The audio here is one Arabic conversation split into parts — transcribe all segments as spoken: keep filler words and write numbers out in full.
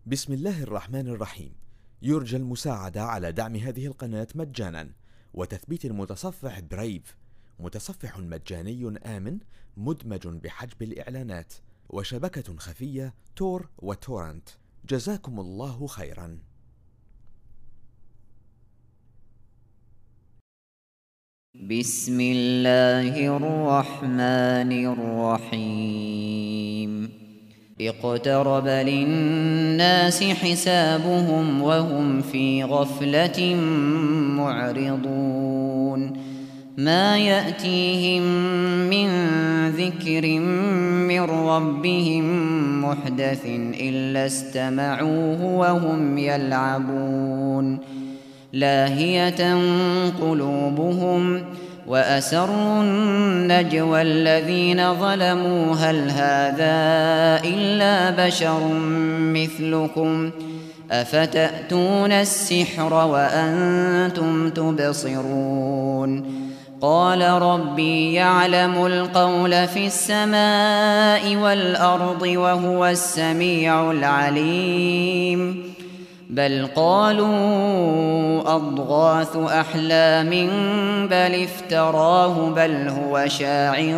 بسم الله الرحمن الرحيم. يرجى المساعدة على دعم هذه القناة مجانا وتثبيت المتصفح برايف، متصفح مجاني آمن مدمج بحجب الإعلانات، وشبكة خفية تور وتورنت. جزاكم الله خيرا. بسم الله الرحمن الرحيم. اقترب للناس حسابهم وهم في غفلة معرضون. ما يأتيهم من ذكر من ربهم محدث إلا استمعوه وهم يلعبون. لاهية قلوبهم وأسروا النجوى الذين ظلموا هل هذا إلا بشر مثلكم أفتأتون السحر وأنتم تبصرون. قال ربي يعلم القول في السماء والأرض وهو السميع العليم. بل قالوا أضغاث أحلام بل افتراه بل هو شاعر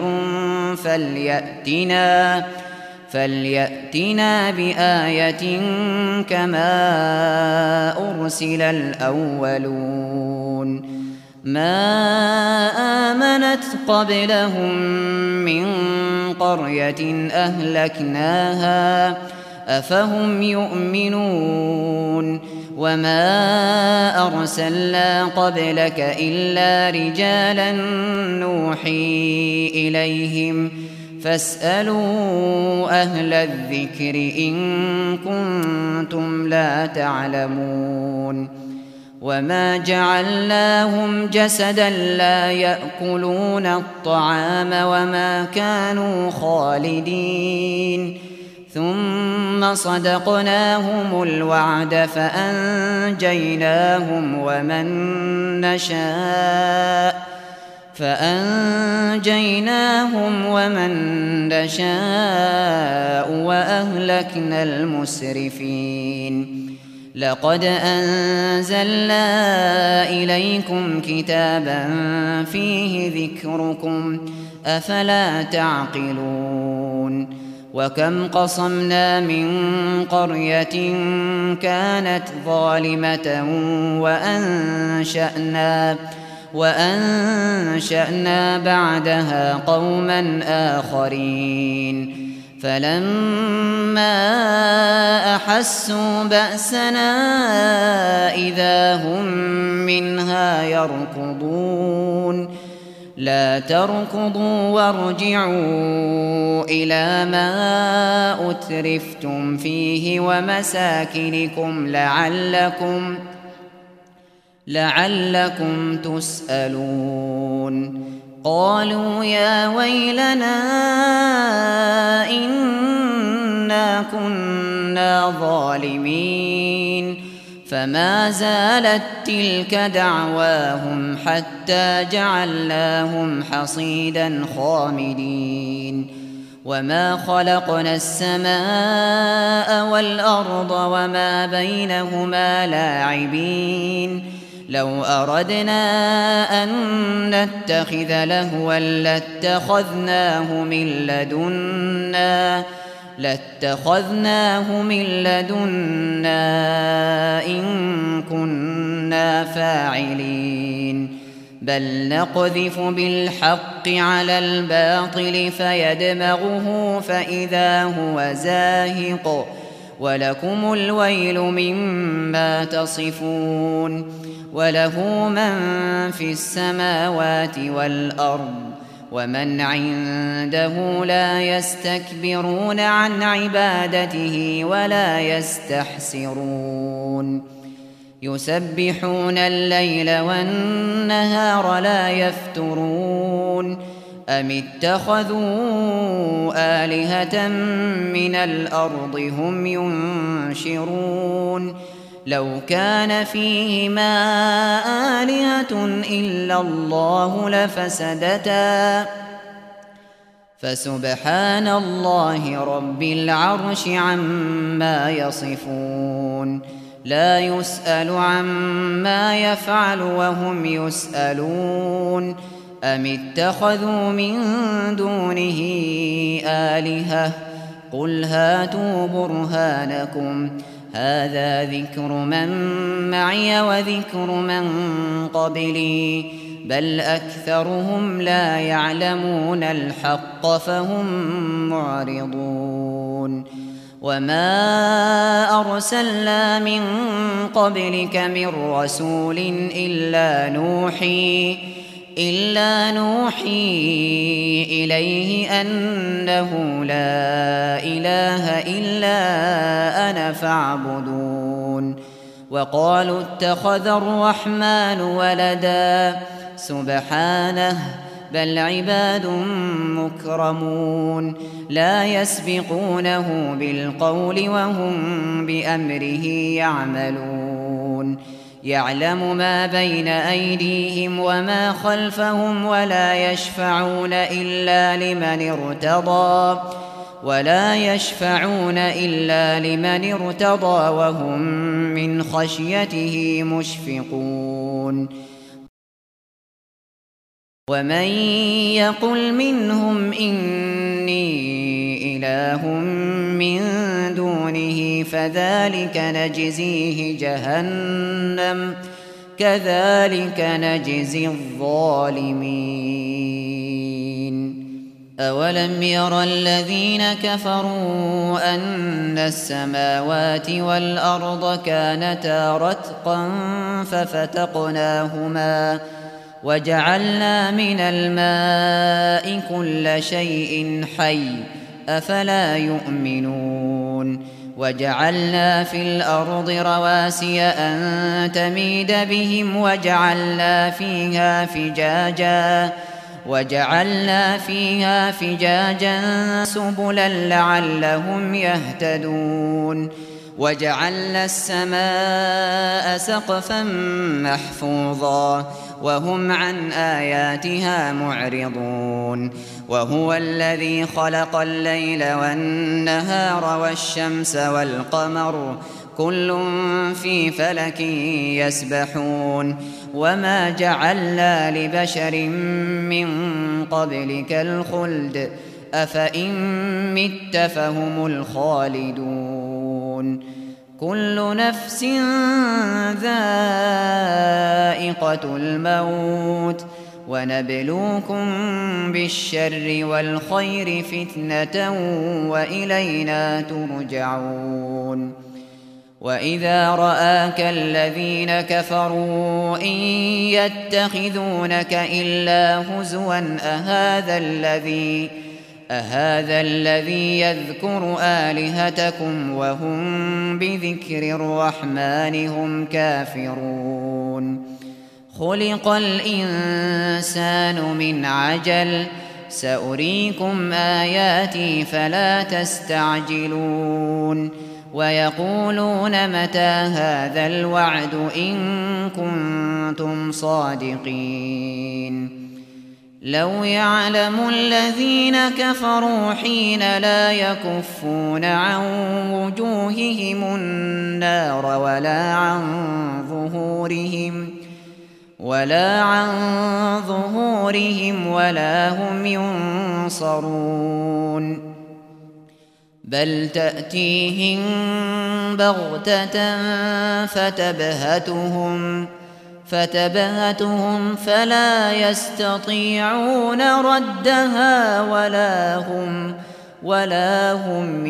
فليأتنا, فليأتنا بآية كما أرسل الأولون. ما آمنت قبلهم من قرية أهلكناها أفهم يؤمنون. وما أرسلنا قبلك إلا رجالا نوحي إليهم فاسألوا أهل الذكر إن كنتم لا تعلمون. وما جعلناهم جسدا لا يأكلون الطعام وما كانوا خالدين. ثم صدقناهم الوعد فأنجيناهم ومن نشاء فأنجيناهم ومن نشاء وأهلكنا المسرفين. لقد أنزلنا إليكم كتابا فيه ذكركم أفلا تعقلون. وكم قصمنا من قرية كانت ظالمة وأنشأنا, وأنشأنا بعدها قوما آخرين. فلما أحسوا بأسنا إذا هم منها يركضون. لا تركضوا وارجعوا إلى ما أترفتم فيه ومساكنكم لعلكم, لعلكم تسألون. قالوا يا ويلنا إنا كنا ظالمين. فما زالت تلك دعواهم حتى جعلناهم حصيدا خامدين. وما خلقنا السماء والأرض وما بينهما لاعبين. لو أردنا أن نتخذ لهوا لاتخذناه من لدنا لاتخذناه من لدنا إن كنا فاعلين. بل نقذف بالحق على الباطل فيدمغه فإذا هو زاهق ولكم الويل مما تصفون. وله من في السماوات والأرض ومن عنده لا يستكبرون عن عبادته ولا يستحسرون. يسبحون الليل والنهار لا يفترون. أم اتخذوا آلهة من الأرض هم ينشرون. لو كان فيهما آلهة إلا الله لفسدتا فسبحان الله رب العرش عما يصفون لا يسأل عما يفعل وهم يسألون أم اتخذوا من دونه آلهة قل هاتوا برهانكم هذا ذكر من معي وذكر من قبلي بل أكثرهم لا يعلمون الحق فهم معرضون وما أرسلنا من قبلك من رسول إلا نوحي إلا نوحي إليه أنه لا إله إلا أنا فاعبدون وقالوا اتخذ الرحمن ولدا سبحانه بل عباد مكرمون لا يسبقونه بالقول وهم بأمره يعملون يعلم ما بين أيديهم وما خلفهم ولا يشفعون إلا لمن ارتضى ولا يشفعون إلا لمن ارتضى وهم من خشيته مشفقون ومن يقل منهم إني إله من دونه فذلك نجزيه جهنم كذلك نجزي الظالمين أولم ير الذين كفروا أن السماوات والأرض كانتا رتقا ففتقناهما وجعلنا من الماء كل شيء حي أفلا يؤمنون وجعلنا في الأرض رواسي أن تميد بهم وجعلنا فيها فجاجا وجعلنا فيها فجاجا سبلا لعلهم يهتدون وجعلنا السماء سقفا محفوظا وهم عن آياتها معرضون وهو الذي خلق الليل والنهار والشمس والقمر كل في فلك يسبحون وما جعلنا لبشر من قبلك الخلد أفإن مت فهم الخالدون كل نفس ذائقة الموت ونبلوكم بالشر والخير فتنة وإلينا ترجعون وإذا رآك الذين كفروا إن يتخذونك إلا هزوا أهذا الذي أهذا الذي يذكر آلهتكم وهم بذكر الرحمن هم كافرون خلق الإنسان من عجل سأريكم آياتي فلا تستعجلون ويقولون متى هذا الوعد إن كنتم صادقين لو يعلم الذين كفروا حين لا يكفون عن وجوههم النار ولا عن ظهورهم ولا عن ظهورهم ولا هم ينصرون بل تأتيهم بغتة فتبهتهم فتبهتهم فلا يستطيعون ردها ولا هم ولا هم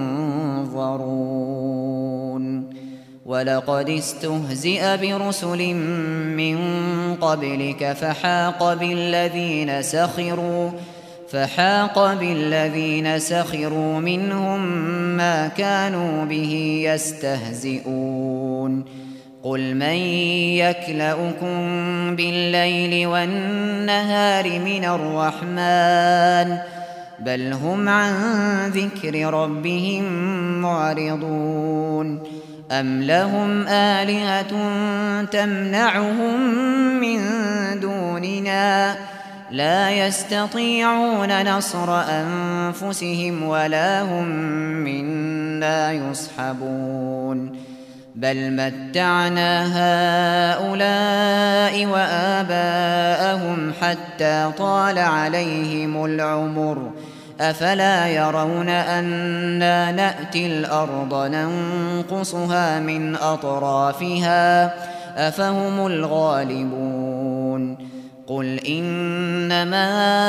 ينظرون ولقد استهزئ برسل من قبلك فحاق بالذين سخروا فحاق بالذين سخروا منهم ما كانوا به يستهزئون قل من يكلؤكم بالليل والنهار من الرحمن بل هم عن ذكر ربهم معرضون أم لهم آلهة تمنعهم من دوننا لا يستطيعون نصر أنفسهم ولا هم منا يصحبون بل متعنا هؤلاء وآباءهم حتى طال عليهم العمر أفلا يرون أنا نأتي الأرض ننقصها من أطرافها أفهم الغالبون قل إنما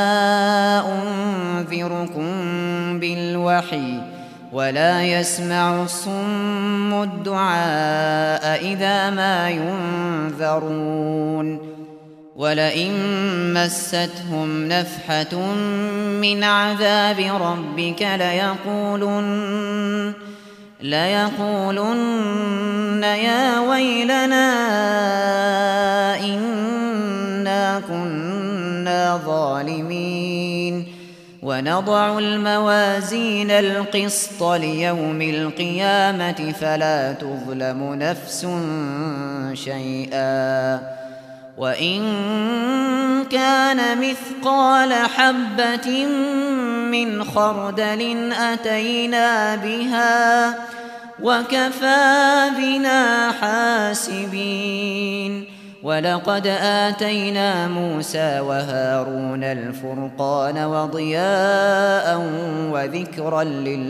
أنذركم بالوحي ولا يسمع الصم الدعاء إذا ما ينذرون ولئن مستهم نفحة من عذاب ربك ليقولن ليقولن يا ويلنا إنا كنا ظالمين ونضع الموازين القسط ليوم القيامة فلا تظلم نفس شيئا وإن كان مثقال حبة من خردل أتينا بها وكفى بنا حاسبين ولقد آتينا موسى وهارون الفرقان وضياء وذكرا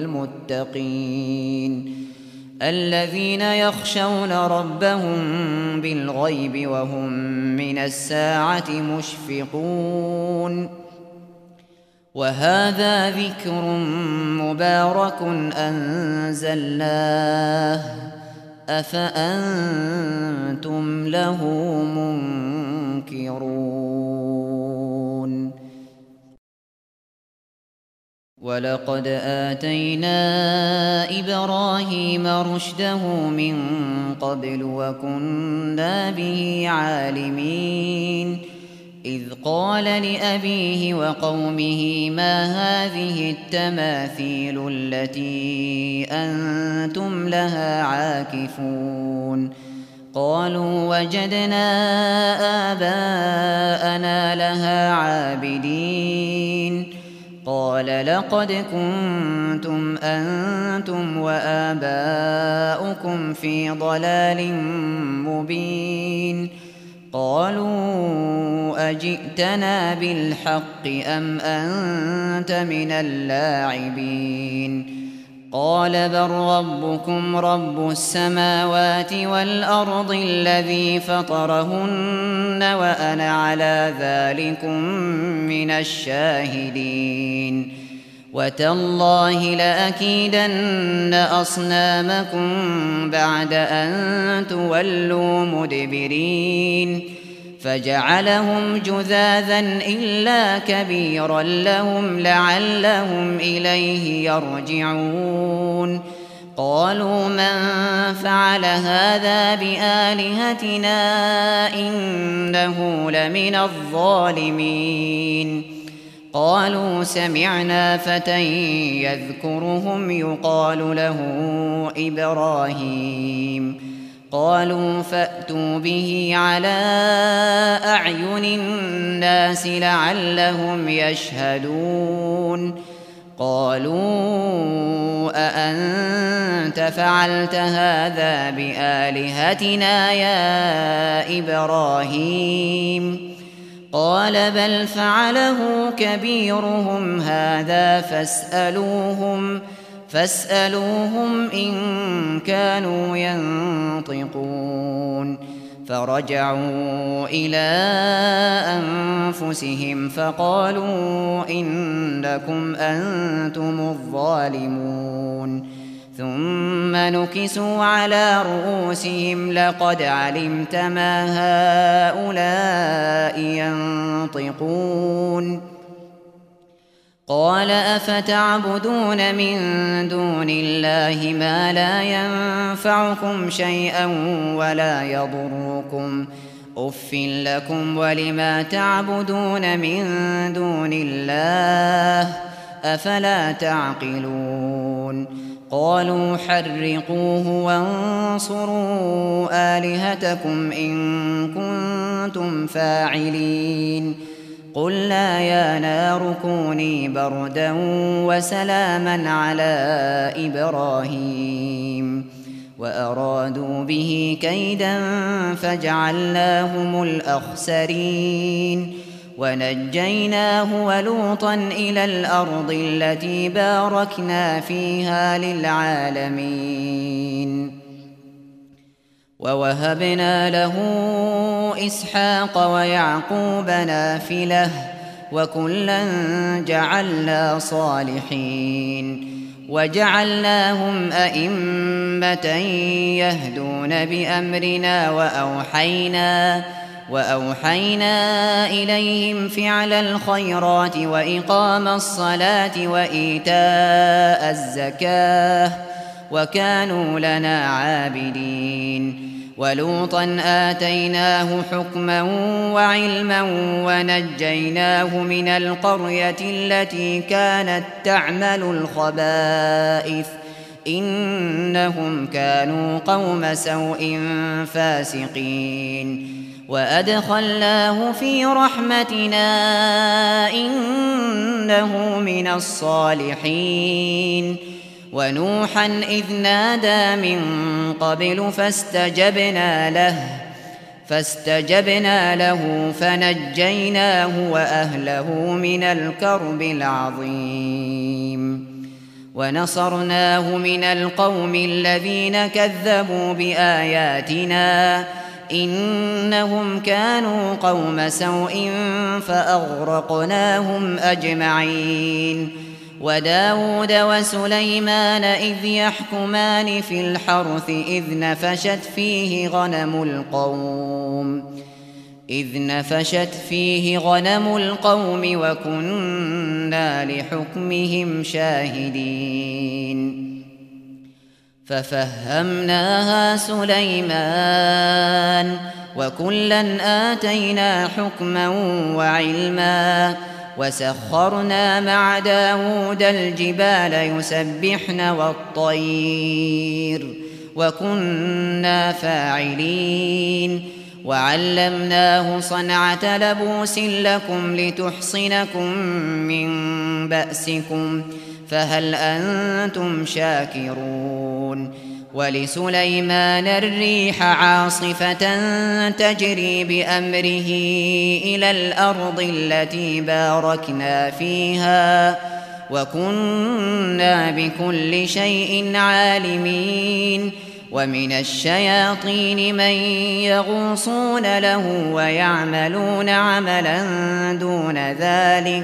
للمتقين الذين يخشون ربهم بالغيب وهم من الساعة مشفقون وهذا ذكر مبارك أنزلناه أفأنتم له منكرون ولقد آتينا إبراهيم رشده من قبل وكنا به عالمين إذ قال لأبيه وقومه ما هذه التماثيل التي أنتم لها عاكفون قالوا وجدنا آباءنا لها عابدين قال لقد كنتم أنتم وآباؤكم في ضلال مبين قالوا أجئتنا بالحق أم أنت من اللاعبين قال بل ربكم رب السماوات والأرض الذي فطرهن وأنا على ذلكم من الشاهدين وتالله لأكيدن أصنامكم بعد أن تولوا مدبرين فجعلهم جذاذا إلا كبيرا لهم لعلهم إليه يرجعون قالوا من فعل هذا بآلهتنا إنه لمن الظالمين قالوا سمعنا فتى يذكرهم يقال له إبراهيم قالوا فأتوا به على أعين الناس لعلهم يشهدون قالوا أأنت فعلت هذا بآلهتنا يا إبراهيم قال بل فعله كبيرهم هذا فاسألوهم فاسألوهم إن كانوا ينطقون فرجعوا إلى أنفسهم فقالوا إنكم أنتم الظالمون ثم نكسوا على رؤوسهم لقد علمت ما هؤلاء ينطقون قال أفتعبدون من دون الله ما لا ينفعكم شيئا ولا يضركم أف لكم ولما تعبدون من دون الله أفلا تعقلون قالوا حرقوه وانصروا آلهتكم إن كنتم فاعلين قلنا يا نار كوني بردا وسلاما على إبراهيم وأرادوا به كيدا فجعلناهم الأخسرين ونجيناه ولوطا إلى الأرض التي باركنا فيها للعالمين ووهبنا له إسحاق ويعقوب نافلة وكلا جعلنا صالحين وجعلناهم أئمة يهدون بأمرنا وأوحينا وأوحينا إليهم فعل الخيرات وإقام الصلاة وإيتاء الزكاة وكانوا لنا عابدين ولوطا آتيناه حكما وعلما ونجيناه من القرية التي كانت تعمل الخبائث إنهم كانوا قوم سوء فاسقين وأدخلناه في رحمتنا إنه من الصالحين ونوحا إذ نادى من قبل فاستجبنا له فاستجبنا له فنجيناه وأهله من الكرب العظيم ونصرناه من القوم الذين كذبوا بآياتنا إنهم كانوا قوم سوء فأغرقناهم أجمعين وداود وسليمان إذ يحكمان في الحرث إذ نفشت فيه غنم القوم إذ نفشت فيه غنم القوم وكنا لحكمهم شاهدين ففهمناها سليمان وكلا آتينا حكما وعلما وسخرنا مع داود الجبال يسبحن والطير وكنا فاعلين وعلمناه صنعة لبوس لكم لتحصنكم من بأسكم فهل أنتم شاكرون ولسليمان الريح عاصفة تجري بأمره إلى الأرض التي باركنا فيها وكنا بكل شيء عالمين ومن الشياطين من يغوصون له ويعملون عملا دون ذلك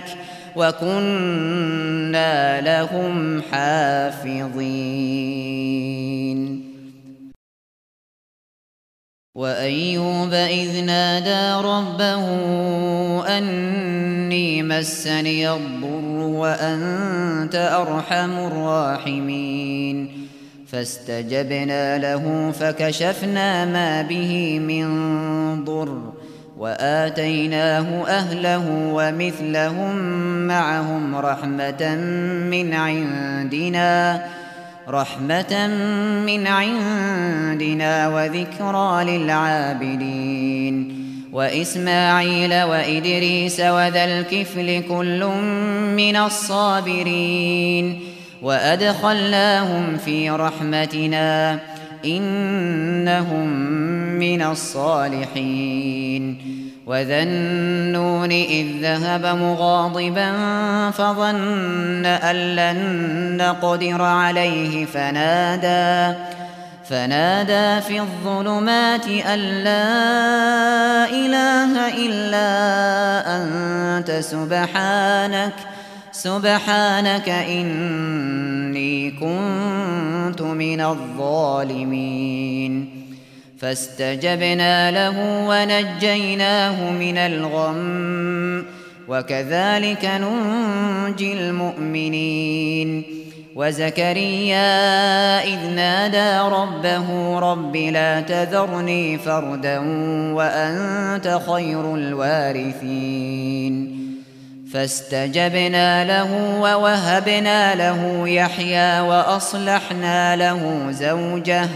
وكنا لهم حافظين وأيوب إذ نادى ربه أني مسني الضر وأنت أرحم الراحمين فاستجبنا له فكشفنا ما به من ضر وآتيناه أهله ومثلهم معهم رحمة من عندنا رحمة من عندنا وذكرى للعابدين وإسماعيل وإدريس وذا الكفل كل من الصابرين وأدخلناهم في رحمتنا إنهم من الصالحين وذا النون إذ ذهب مغاضبا فظن أن لن نقدر عليه فنادى فنادى في الظلمات أن لا إله إلا أنت سبحانك سبحانك إني كنت من الظالمين فاستجبنا له ونجيناه من الغم وكذلك ننجي المؤمنين وزكريا إذ نادى ربه رب لا تذرني فردا وأنت خير الوارثين فاستجبنا له ووهبنا له يحيى وأصلحنا له زوجه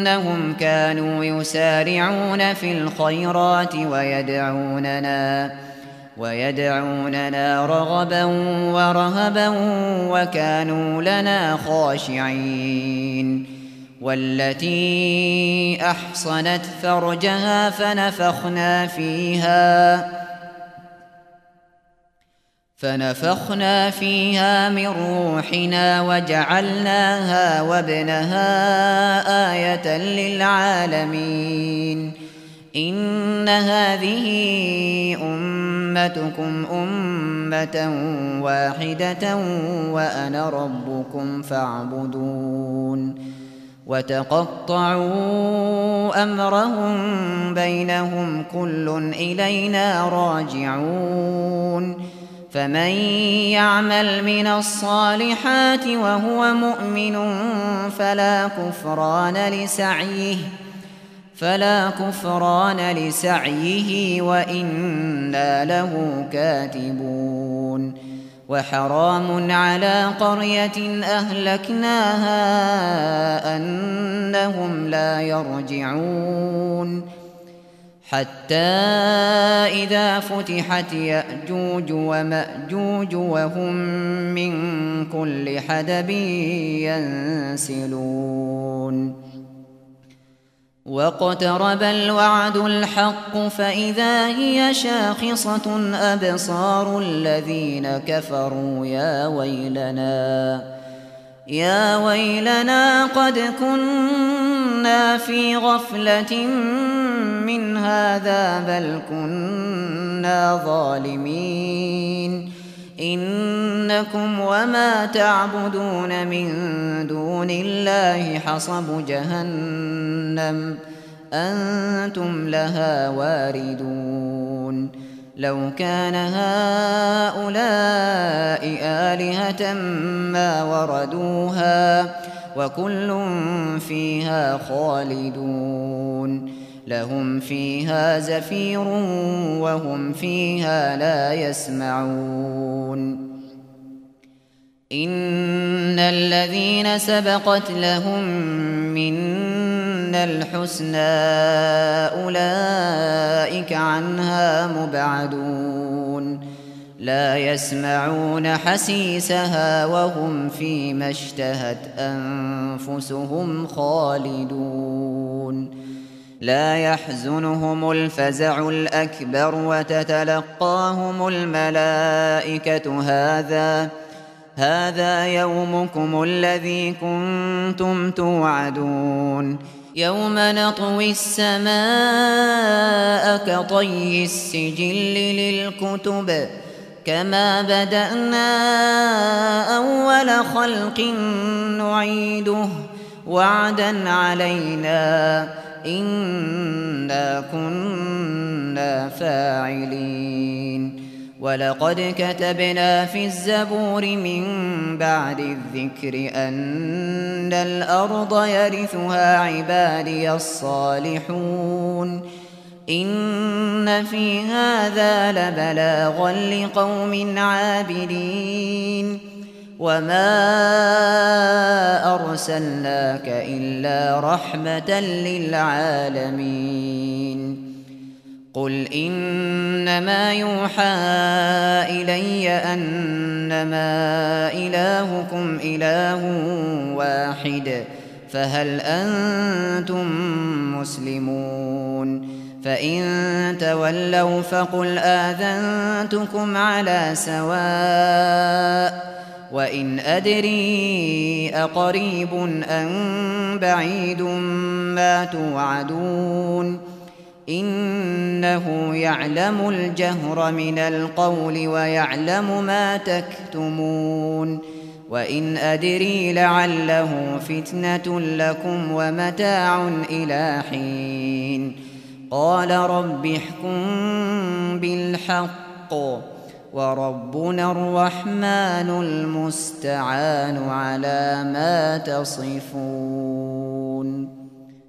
إنهم كانوا يسارعون في الخيرات ويدعوننا ويدعوننا رغبا ورهبا وكانوا لنا خاشعين والتي أحصنت فرجها فنفخنا فيها فنفخنا فيها من روحنا وجعلناها وابنها آية للعالمين إن هذه أمتكم أمة واحدة وأنا ربكم فاعبدون وتقطعوا أمرهم بينهم كل إلينا راجعون فمن يعمل من الصالحات وهو مؤمن فلا كفران لسعيه فلا كفران لسعيه وإنا له كاتبون وحرام على قرية أهلكناها أنهم لا يرجعون حتى إذا فتحت يأجوج ومأجوج وهم من كل حدب ينسلون واقترب الوعد الحق فإذا هي شاخصة أبصار الذين كفروا يا ويلنا يا ويلنا قد كنا في غفلة من هذا بل كنا ظالمين إنكم وما تعبدون من دون الله حصب جهنم أنتم لها واردون لو كان هؤلاء آلهة ما وردوها وكل فيها خالدون لهم فيها زفير وهم فيها لا يسمعون إن الذين سبقت لهم منا الحسنى أولئك عنها مبعدون لا يسمعون حسيسها وهم فيما اشتهت أنفسهم خالدون لا يحزنهم الفزع الأكبر وتتلقاهم الملائكة هذا هذا يومكم الذي كنتم توعدون يوم نطوي السماء كطي السجل للكتب كما بدأنا أول خلق نعيده وعدا علينا إنا كنا فاعلين ولقد كتبنا في الزبور من بعد الذكر أن الأرض يرثها عبادي الصالحون إن في هذا لبلاغا لقوم عابدين وما أرسلناك إلا رحمة للعالمين قل إنما يوحى إلي أنما إلهكم إله واحد فهل أنتم مسلمون فإن تولوا فقل آذنتكم على سواء وإن أدري أقريب أم بعيد ما توعدون إنه يعلم الجهر من القول ويعلم ما تكتمون وإن أدري لعله فتنة لكم ومتاع إلى حين قال رب احكم بالحق وربنا الرحمن المستعان على ما تصفون.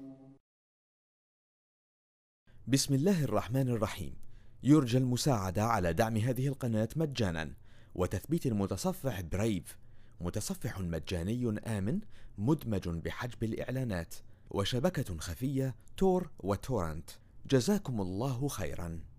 بسم الله الرحمن الرحيم. يرجى المساعدة على دعم هذه القناة مجانا وتثبيت المتصفح برايف، متصفح مجاني آمن مدمج بحجب الإعلانات، وشبكة خفية تور وتورنت. جزاكم الله خيرا.